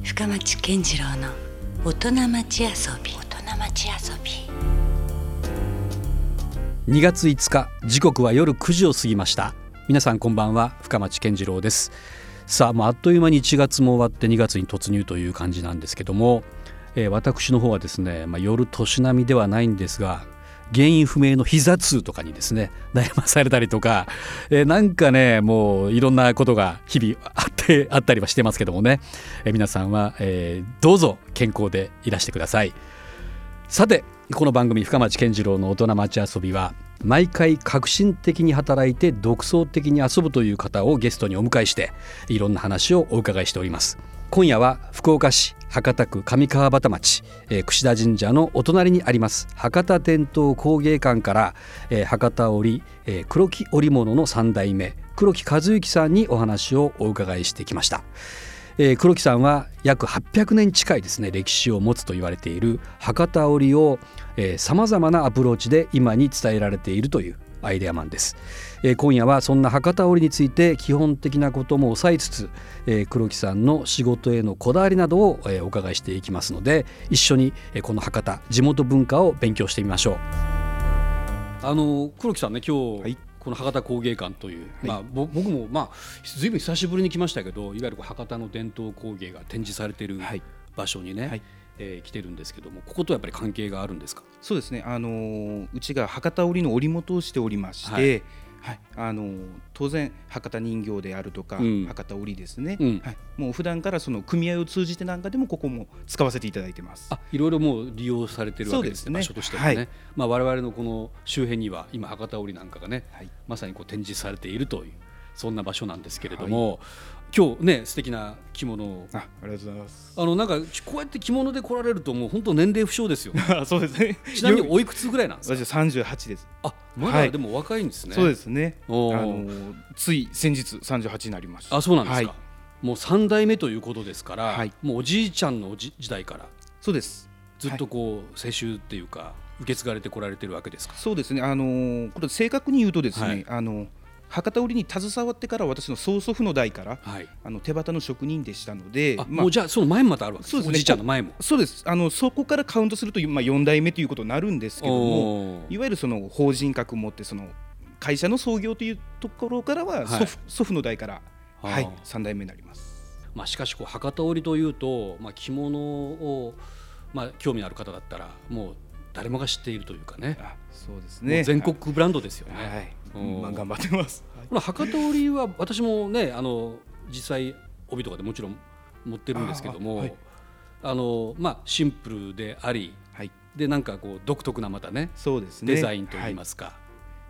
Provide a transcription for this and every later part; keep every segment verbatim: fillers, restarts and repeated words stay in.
深町健次郎の大人町遊び。大人町遊び。 にがついつか、時刻は夜くじを過ぎました。皆さんこんばんは、深町健次郎です。さあ、もうあっという間にいちがつも終わってにがつに突入という感じなんですけども、えー、私の方はですね、まあ、夜年並みではないんですが、原因不明の膝痛とかにですね悩まされたりとか、えー、なんかねもういろんなことが日々あってあったりはしてますけどもね、えー、皆さんは、えー、どうぞ健康でいらしてください。さて、この番組深町健次郎の大人町遊びは毎回革新的に働いて独創的に遊ぶという方をゲストにお迎えしていろんな話をお伺いしております。今夜は福岡市博多区上川端町、えー、櫛田神社のお隣にあります博多伝統工芸館から、えー、博多織、えー、黒木織物のさん代目黒木和之さんにお話をお伺いしてきました。えー、黒木さんは約はっぴゃくねん近いですね歴史を持つと言われている博多織をさまざまなアプローチで今に伝えられているというアイデアマンです。えー、今夜はそんな博多織について基本的なことも抑えつつ、えー、黒木さんの仕事へのこだわりなどを、えー、お伺いしていきますので、一緒に、えー、この博多地元文化を勉強してみましょう。あの黒木さんね、今日、はい、この博多工芸館という、はい、まあ、僕も、まあ、ずいぶん久しぶりに来ましたけど、いわゆる博多の伝統工芸が展示されている場所にね、はいはい、えー、来てるんですけども、こことやっぱり関係があるんですか？ そうですね、あのー、うちが博多織の織元をしておりまして、はいはい、あのー、当然博多人形であるとか、うん、博多織ですね、うん、はい、もう普段からその組合を通じてなんかでもここも使わせていただいてます。 あ、いろいろもう利用されてるわけですね、場所としてもね、はい、まあ、我々のこの周辺には今博多織なんかがね、はい、まさにこう展示されているというそんな場所なんですけれども、はい、今日ね素敵な着物をあ, ありがとうございます。 あのなんかこうやって着物で来られるともう本当年齢不詳ですよそうですね。 ちなみにおいくつぐらいなんですか？ 私はさんじゅうはちです。 あ、まだでも若いんですね、 はい、そうですね。あのつい先日さんじゅうはちになりました。 あ、そうなんですか、 はい、 もうさん代目ということですから、はい、もうおじいちゃんの時代からそうですずっとこう世襲っていうか受け継がれてこられてるわけですか？ そうですね、あのこれ正確に言うとですね、はい、あの博多織に携わってから私の曽祖父の代から、はい、あの手旗の職人でしたので、 あ、まあ、もうじゃあその前もまたあるわけです。そうですね、おじいちゃんの前も。 そうです。あのそこからカウントすると、まあ、よん代目ということになるんですけども、いわゆるその法人格を持ってその会社の創業というところからは祖父、はい、祖父の代から、はい、さん代目になります。 まあ、しかしこう博多織というと、まあ、着物を、まあ、興味のある方だったらもう誰もが知っているというかね。 あ、そうですね、 全国ブランドですよね。 はい、まあ、頑張ってます。 この博多織は私もね、あの実際帯とかでもちろん持ってるんですけども、あ、はい、あのまあ、シンプルであり、はい、でなんかこう独特なまたね、そうですね、デザインといいますか、はい、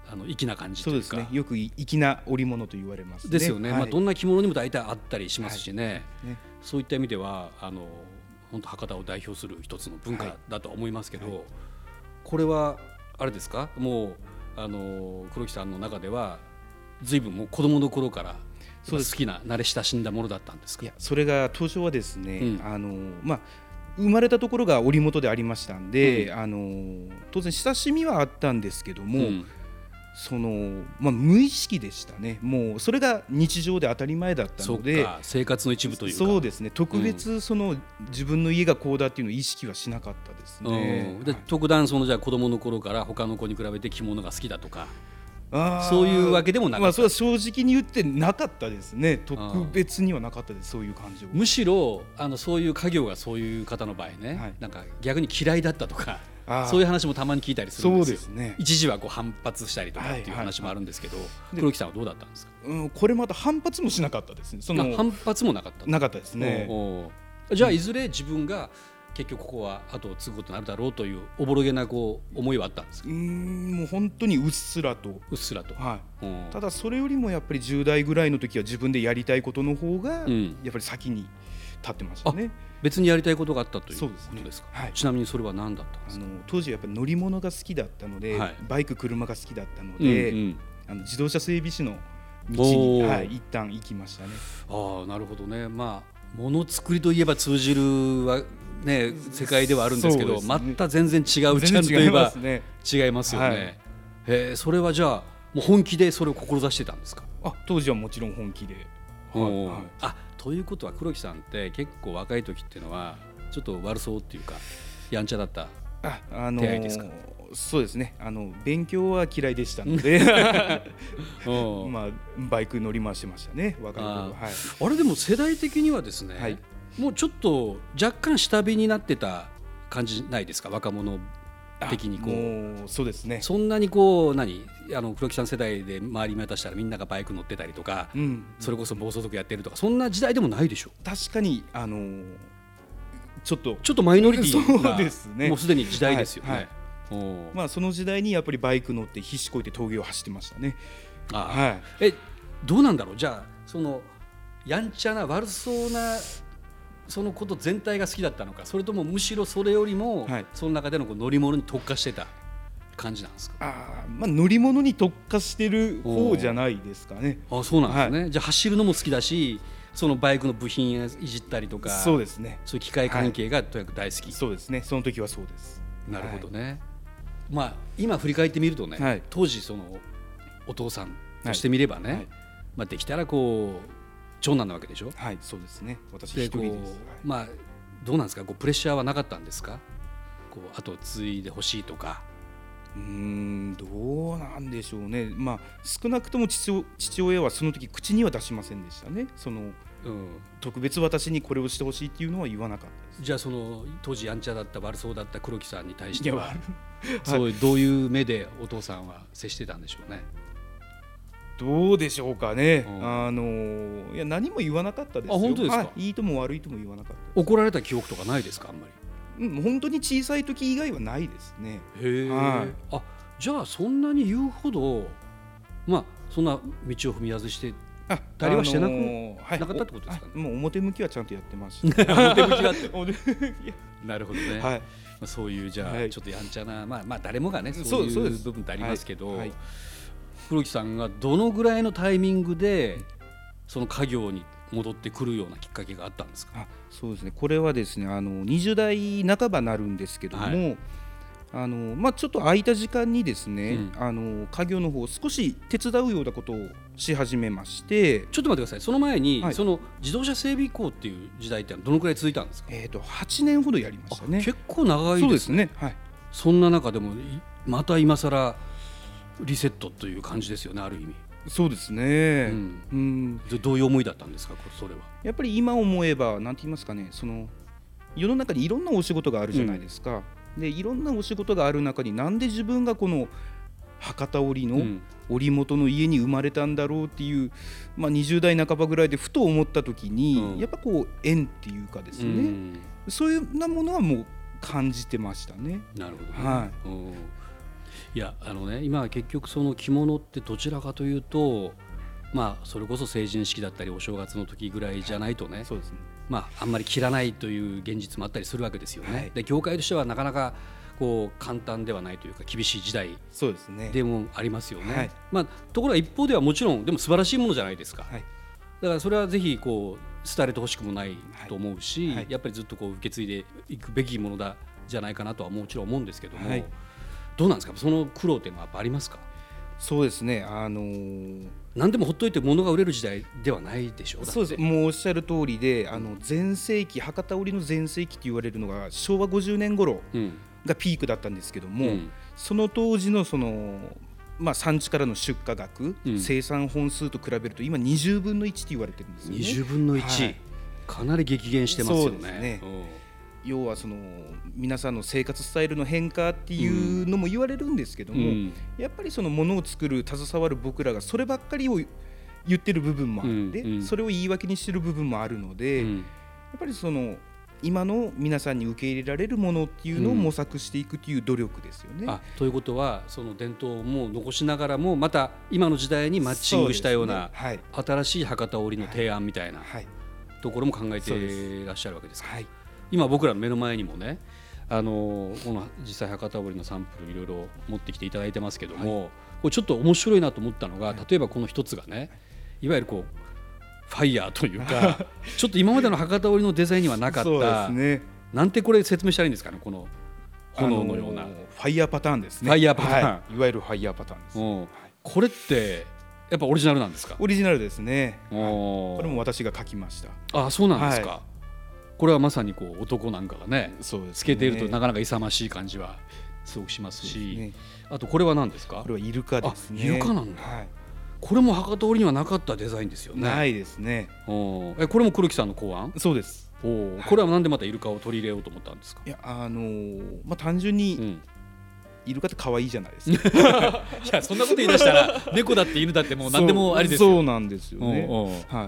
あの粋な感じというか、 そうですね、よく粋な織物と言われますね。 ですよね、はい、まあ、どんな着物にも大体あったりしますしね、はい、ね、そういった意味ではあの本当博多を代表する一つの文化だと思いますけど、はいはい、これはあれですか、もうあの黒木さんの中ではずいぶんもう子供の頃から好きな慣れ親しんだものだったんですか？ いや、それが当初はですね、うん、あのまあ、生まれたところが織元でありましたんで、うん、あの当然親しみはあったんですけども、うん、そのまあ、無意識でしたね。もうそれが日常で当たり前だったので、 そうか、生活の一部というか。 そうですね、特別その、うん、自分の家がこうだっていうのを意識はしなかったですね、 うん、で、はい、特段そのじゃあ子供の頃から他の子に比べて着物が好きだとか、そういうわけでもなかった。まあ、 それは正直に言ってなかったですね。特別にはなかったです、そういう感情。 むしろあのそういう家業がそういう方の場合ね、はい、なんか逆に嫌いだったとか、そういう話もたまに聞いたりするんですよ。 そうですね、 一時はこう反発したりとかっていう話もあるんですけど、はいはいはい、黒木さんはどうだったんですか？ うん、これまた反発もしなかったですね。その反発もなかった。 なかったですね。 おお、じゃあいずれ自分が結局ここは後を継ぐことになるだろうというおぼろげなこう思いはあったんですか？ うーん、もう本当にうっすらとうっすらと、 はい、ただそれよりもやっぱりじゅう代ぐらいの時は自分でやりたいことの方がやっぱり先に立ってましたね、うん、 別にやりたいことがあったということですか？はい、ちなみにそれは何だったんですか？ あの当時やっぱり乗り物が好きだったので、はい、バイク車が好きだったので、うんうん、あの自動車整備士の道に、はい、一旦行きましたね。 ああ、なるほどね。まあものづくりといえば通じるはね、世界ではあるんですけど、ね、また全然違うジャンルといえば違いますよね。はい、えー、それはじゃあもう本気でそれを志してたんですか？ あ、当時はもちろん本気で、はいはい、 あ、 ということは黒木さんって結構若い時っていうのはちょっと悪そうっていうかやんちゃだったあ、あのー、 手合いですか？ そうですね、あの勉強は嫌いでしたのでまあ、バイク乗り回してましたね若い頃。あ、はい、 あれでも世代的にはですね、はい、もうちょっと若干下火になってた感じないですか？若者的にこう。 もうそうですね、 そんなにこう何あの黒木さん世代で周り見渡したらみんながバイク乗ってたりとか、うん、それこそ暴走族やってるとかそんな時代でもないでしょ？ 確かにあのー、ちょっとちょっとマイノリティなそうですね、 もうすでに時代ですよね。はいはい、 まあ、その時代にやっぱりバイク乗って必死こいて峠を走ってましたね。 あ、はい、えどうなんだろう。じゃあそのやんちゃな悪そうなそのこと全体が好きだったのか、それともむしろそれよりも、はい、その中での乗り物に特化してた感じなんですか？ あ、まあ、乗り物に特化してる方じゃないですかね。 あ、そうなんですね。はい、じゃあ走るのも好きだし、そのバイクの部品いじったりとか、 そうですね、 そういう機械関係がとにかく大好き。 はい、そうですね、その時はそうです。 なるほどね。はい、まあ、今振り返ってみるとね、はい、当時そのお父さんとしてみればね、はいはい、まあ、できたらこう長男なわけでしょ？はい、そうですね、私一人です。はい、まあ、どうなんですか、こうプレッシャーはなかったんですか？こう後を継いでほしいとか。 うーん、どうなんでしょうね。まあ、少なくとも 父, 父親はその時口には出しませんでしたね。その、うん、特別私にこれをしてほしいっていうのは言わなかったです。 じゃあその当時やんちゃだった悪そうだった黒木さんに対してはそういうどういう目でお父さんは接してたんでしょうね。 どうでしょうかね。うん、あのいや何も言わなかったですよ。 あ、本当ですか？ はい、いいとも悪いとも言わなかったです。 怒られた記憶とかないですか？あんまり。 うん、本当に小さい時以外はないですね。 へえ、はい、あ、じゃあそんなに言うほど、まあ、そんな道を踏み外してたりはしてなく、あのーはい、なかったってことですかね。 もう表向きはちゃんとやってました。 表向きはってなるほどね。はい、まあ、そういうじゃあ、はい、ちょっとやんちゃな、まあ、まあ誰もがねそういう部分ってありますけど、はいはい、黒木さんがどのぐらいのタイミングでその家業に戻ってくるようなきっかけがあったんですか？ あ、そうですね、これはですね、あのにじゅう代半ばなるんですけども、はい、あのまあ、ちょっと空いた時間にですね、うん、あの家業の方を少し手伝うようなことをし始めまして。 ちょっと待ってください。その前に、はい、その自動車整備工っていう時代ってどのくらい続いたんですか？ えーと、はちねんほどやりましたね。 結構長いですね。 そうですね、はい、そんな中でもまた今更リセットという感じですよね、ある意味。 そうですね、 うんうん、どういう思いだったんですか、それは。 やっぱり今思えばなんて言いますかね、その世の中にいろんなお仕事があるじゃないですか。うん、でいろんなお仕事がある中になんで自分がこの博多織の織元の家に生まれたんだろうっていう、まあ、にじゅう代半ばぐらいでふと思った時に、うん、やっぱこう縁っていうかですね、うん、そういうようなものはもう感じてましたね。 なるほどね。はい、うん、いや、あのね、今結局その着物ってどちらかというと、まあ、それこそ成人式だったりお正月の時ぐらいじゃないとね、はい、そうですね、まあ、あんまり着らないという現実もあったりするわけですよね。はい、で業界としてはなかなかこう簡単ではないというか厳しい時代でもありますよね。はい、まあ、ところが一方ではもちろんでも素晴らしいものじゃないですか。はい、だからそれはぜひこう廃れてほしくもないと思うし、はいはい、やっぱりずっとこう受け継いでいくべきものだじゃないかなとはもちろん思うんですけども、はい、どうなんですか、その苦労っていうのはやっぱありますか？ そうですね、あのー、 何でもほっといて物が売れる時代ではないでしょう。 そうです、もうおっしゃる通りで、あの全盛期、博多織の全盛期と言われるのがしょうわごじゅうねん頃がピークだったんですけども、うん、その当時のその、まあ、産地からの出荷額、うん、生産本数と比べると今にじゅうぶんのいちと言われてるんですよね。 にじゅうぶんのいち、はい、かなり激減してますよね。そうですね、 要はその皆さんの生活スタイルの変化っていうのも言われるんですけども、うん、やっぱりそのものを作る携わる僕らがそればっかりを言ってる部分もあって、うんうん、それを言い訳にしてる部分もあるので、うん、やっぱりその今の皆さんに受け入れられるものっていうのを模索していくという努力ですよね。うん、 あ、ということはその伝統も残しながらもまた今の時代にマッチングしたような新しい博多織の提案みたいなところも考えていらっしゃるわけですか。はい、今僕らの目の前にもね、あのこの実際博多織のサンプルいろいろ持ってきていただいてますけども、はい、これちょっと面白いなと思ったのが、例えばこの一つがね、いわゆるこうファイヤーというかちょっと今までの博多織のデザインにはなかったそうですね、なんてこれ説明したらいいんですかね、この炎のような、あのー、 ファイヤーパターンですね。 ファイヤーパターン、 はい、いわゆるファイヤーパターンです。うん、はい、 これってやっぱオリジナルなんですか？ オリジナルですね。 おこれも私が書きました。 あ、そうなんですか、 はい、 これはまさにこう男なんかがね、 そうですね、 つけているとなかなか勇ましい感じはすごくしますし、 ね、 あとこれは何ですか？ これはイルカですね。 あ、イルカなんだ、 はい、 これも博多織にはなかったデザインですよね。 ないですね。 おえこれも黒木さんの考案？ そうです。 お、はい、これはなんでまたイルカを取り入れようと思ったんですか？ いや、あのーまあ、単純に、うん、イルカって可愛いじゃないですか。 いや、そんなこと言い出したら猫だって犬だってもう何でもありですよ。 そうなんですよね。おうおう、はい、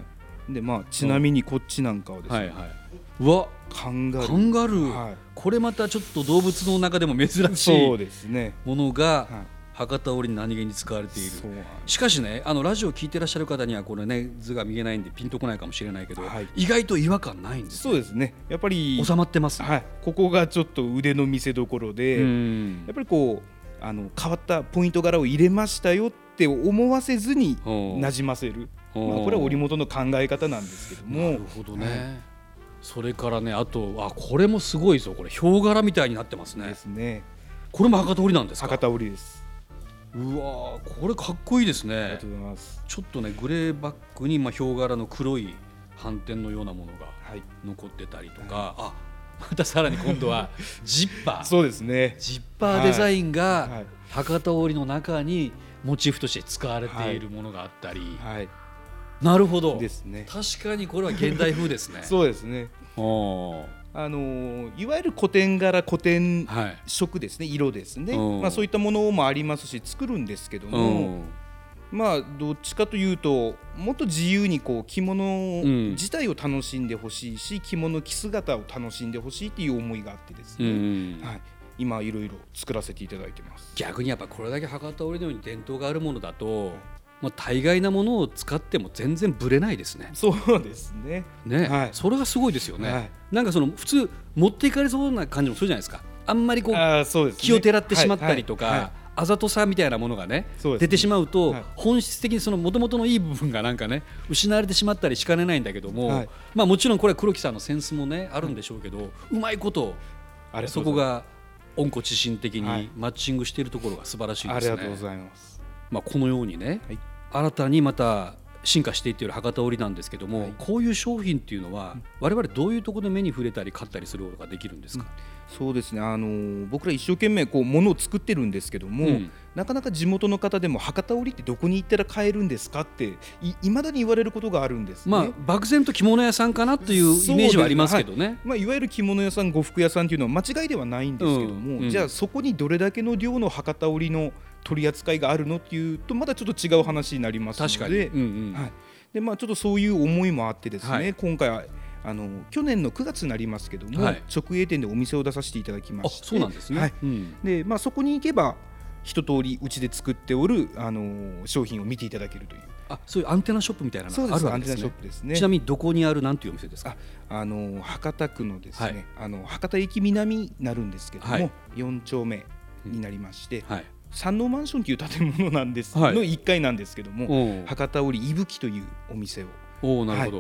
で、まあ、ちなみにこっちなんかはですね、はいはい、 うわ、 カンガルー、 カンガルー、はい、これまたちょっと動物の中でも珍しいものが博多織に何気に使われている。しかしね、あのラジオ聞いてらっしゃる方にはこれね、図が見えないんでピンとこないかもしれないけど、はい、意外と違和感ないんです、ね、 そうですね。やっぱり収まってます、ね、 はい、ここがちょっと腕の見せ所で、やっぱりこうあの変わったポイント柄を入れましたよって思わせずになじませる、まあ、これは織物の考え方なんですけども。 なるほどね、はい、それからね、あとあこれもすごいぞ、これヒョウ柄みたいになってますね。 ですね。 これも博多織なんですか？ 博多織です。 うわ、これかっこいいですね。 ありがとうございます。 ちょっとねグレーバックにまあヒョウ柄の黒い斑点のようなものが残ってたりとか、はい、あ、またさらに今度はジッパーそうですね、 ジッパーデザインが博多織の中にモチーフとして使われているものがあったり、はいはい、なるほどですね。確かにこれは現代風ですね。 そうですね。おあのいわゆる古典柄、古典色ですね、はい、色ですね、まあ、そういったものもありますし作るんですけども、まあどっちかというともっと自由にこう着物自体を楽しんでほしいし、うん、着物着姿を楽しんでほしいという思いがあってですね、うんはい、今いろいろ作らせていただいてます。 逆にやっぱこれだけ博多織のように伝統があるものだと、まあ、大概なものを使っても全然ブレないですね。 そうですね。 ね、はい、それがすごいですよね、はい、なんかその普通持っていかれそうな感じもするじゃないですか。あんまりこう、あ、そうですね、気をてらってしまったりとか、はいはいはい、あざとさみたいなものが ね, ね出てしまうと、はい、本質的にその元々のいい部分がなんかね失われてしまったりしかねないんだけども、はい、まあもちろんこれは黒木さんのセンスもねあるんでしょうけど、うまいことそこが温故知新的にマッチングしているところが素晴らしいですね。 ありがとうございます。 まあ、このようにね、はい、新たにまた進化していっている博多織なんですけども、はい、こういう商品っていうのは我々どういうところで目に触れたり買ったりすることができるんですか？ うん、そうですね、あのー、僕ら一生懸命こう物を作ってるんですけども、うん、なかなか地元の方でも博多織ってどこに行ったら買えるんですかってい未だに言われることがあるんですね。 まあ、漠然と着物屋さんかなというイメージはありますけどね。はい、 まあ、いわゆる着物屋さん、呉服屋さんというのは間違いではないんですけども、うんうん、じゃあそこにどれだけの量の博多織の取り扱いがあるのっていうとまたちょっと違う話になりますので、確かに、うんうん、はい、でまあ、ちょっとそういう思いもあってですね、はい、今回はあの去年のくがつになりますけども、はい、直営店でお店を出させていただきまして、 あ、そうなんですね、はい、うん、でまあ、そこに行けば一通りうちで作っておる、あのー、商品を見ていただけるという、 あ、そういうアンテナショップみたいなのがあるわけですね。そうです、アンテナショップですね。ちなみにどこにあるなんていうお店ですか？ あ、あのー、博多区のですね、はい、あの博多駅南になるんですけども、はい、よん丁目になりまして、うん、はい、山王マンションという建物なんです、はい、のいっかいなんですけども、博多織いぶきというお店を、 お、なるほど、はい、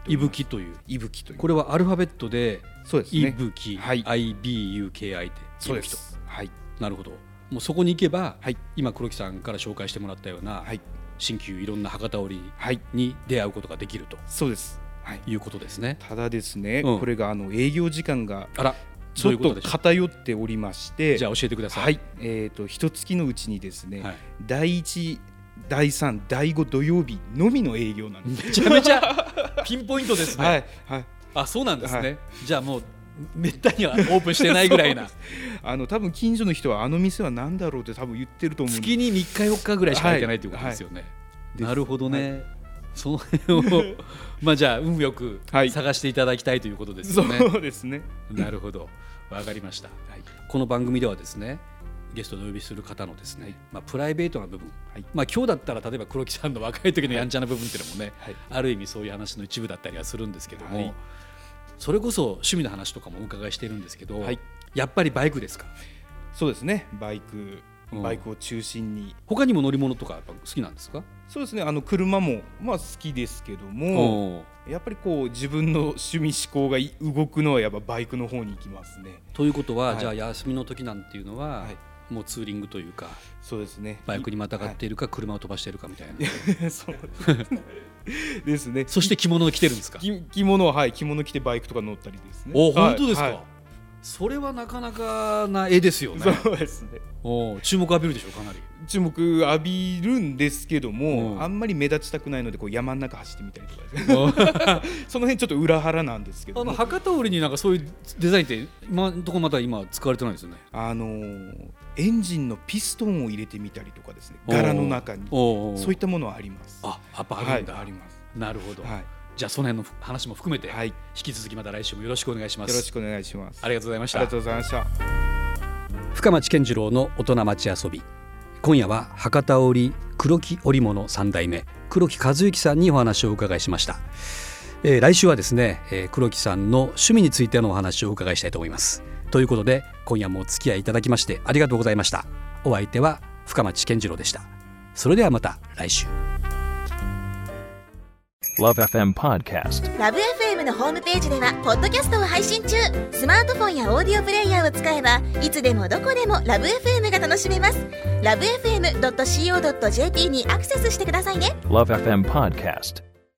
いぶきという、 いぶきという、 これはアルファベットで、 そうですね、 いぶき、はい、アイビーユーケーアイ でそうです、はい、 なるほど。もうそこに行けば、はい、今黒木さんから紹介してもらったような、はい、新旧いろんな博多織に出会うことができると、そうです、はい、いうことですね。 ただですね、うん、これがあの営業時間があらちょっと偏っておりまして、 じゃあ教えてください。 はい、えーと、一月のうちにですね、はい、だいいち、だいさん、だいご土曜日のみの営業なんです。 めちゃめちゃピンポイントですね。 はいはい、 あ、そうなんですね、はい、じゃあもうめったにはオープンしてないぐらいなあの多分近所の人はあの店は何だろうって多分言ってると思うんで、 月にみっかよっかぐらいしか行けないということですよね、はいはい、なるほどね、はい、その辺をまあじゃあ運よく探していただきたいということですよね。 そうですね、 なるほど、わかりました、はい、この番組ではですねゲストでお呼びする方のですね、はい、まあ、プライベートな部分、はい、まあ、今日だったら例えば黒木さんの若い時のやんちゃな部分っていうのもね、はい、ある意味そういう話の一部だったりはするんですけども、はい、それこそ趣味の話とかもお伺いしてるんですけど、はい、やっぱりバイクですか？ そうですね、バイク、バイクを中心に、うん、 他にも乗り物とかやっぱ好きなんですか？ そうですね、あの車もまあ好きですけども、やっぱりこう自分の趣味思考が動くのはやっぱバイクの方に行きますね。 ということは、はい、じゃあ休みの時なんていうのは、はい、 もうツーリングというか、 そうですね、 バイクにまたがっているか、はい、車を飛ばしているかみたいなそうですね。 そして着物を着てるんですか？ 着物は、はい、着物着てバイクとか乗ったりですね。 お、本当ですか、 はいはい、 それはなかなかな絵ですよね。 そうですね。 お、注目浴びるでしょう、かなり注目浴びるんですけども、あんまり目立ちたくないのでこう山の中走ってみたりとかですねその辺ちょっと裏腹なんですけども、 あの博多織になんかそういうデザインって今のところまだ今使われてないですよね。 あのー、エンジンのピストンを入れてみたりとかですね、柄の中にそういったものはあります。 あ、やっぱあるんだ、 はい、あります。 なるほど、 はい、 じゃあその辺の話も含めて、 はい、 引き続きまた来週もよろしくお願いします。 よろしくお願いします。 ありがとうございました。 ありがとうございました。 深町健次郎の大人町遊び、今夜は博多織黒木織物さん代目黒木和之さんにお話をお伺いしました。えー、来週はですね、えー、黒木さんの趣味についてのお話をお伺いしたいと思います。ということで今夜もお付き合いいただきましてありがとうございました。お相手は深町健次郎でした。それではまた来週。 ラブ エフエム Podcast。 ラブ エフエム のホームページではポッドキャストを配信中。スマートフォンやオーディオプレイヤーを使えばいつでもどこでもラブ エフエム が楽しめます。ラブ エフエムドットシーオードットジェーピー にアクセスしてくださいね。 ラブ エフエム Podcast。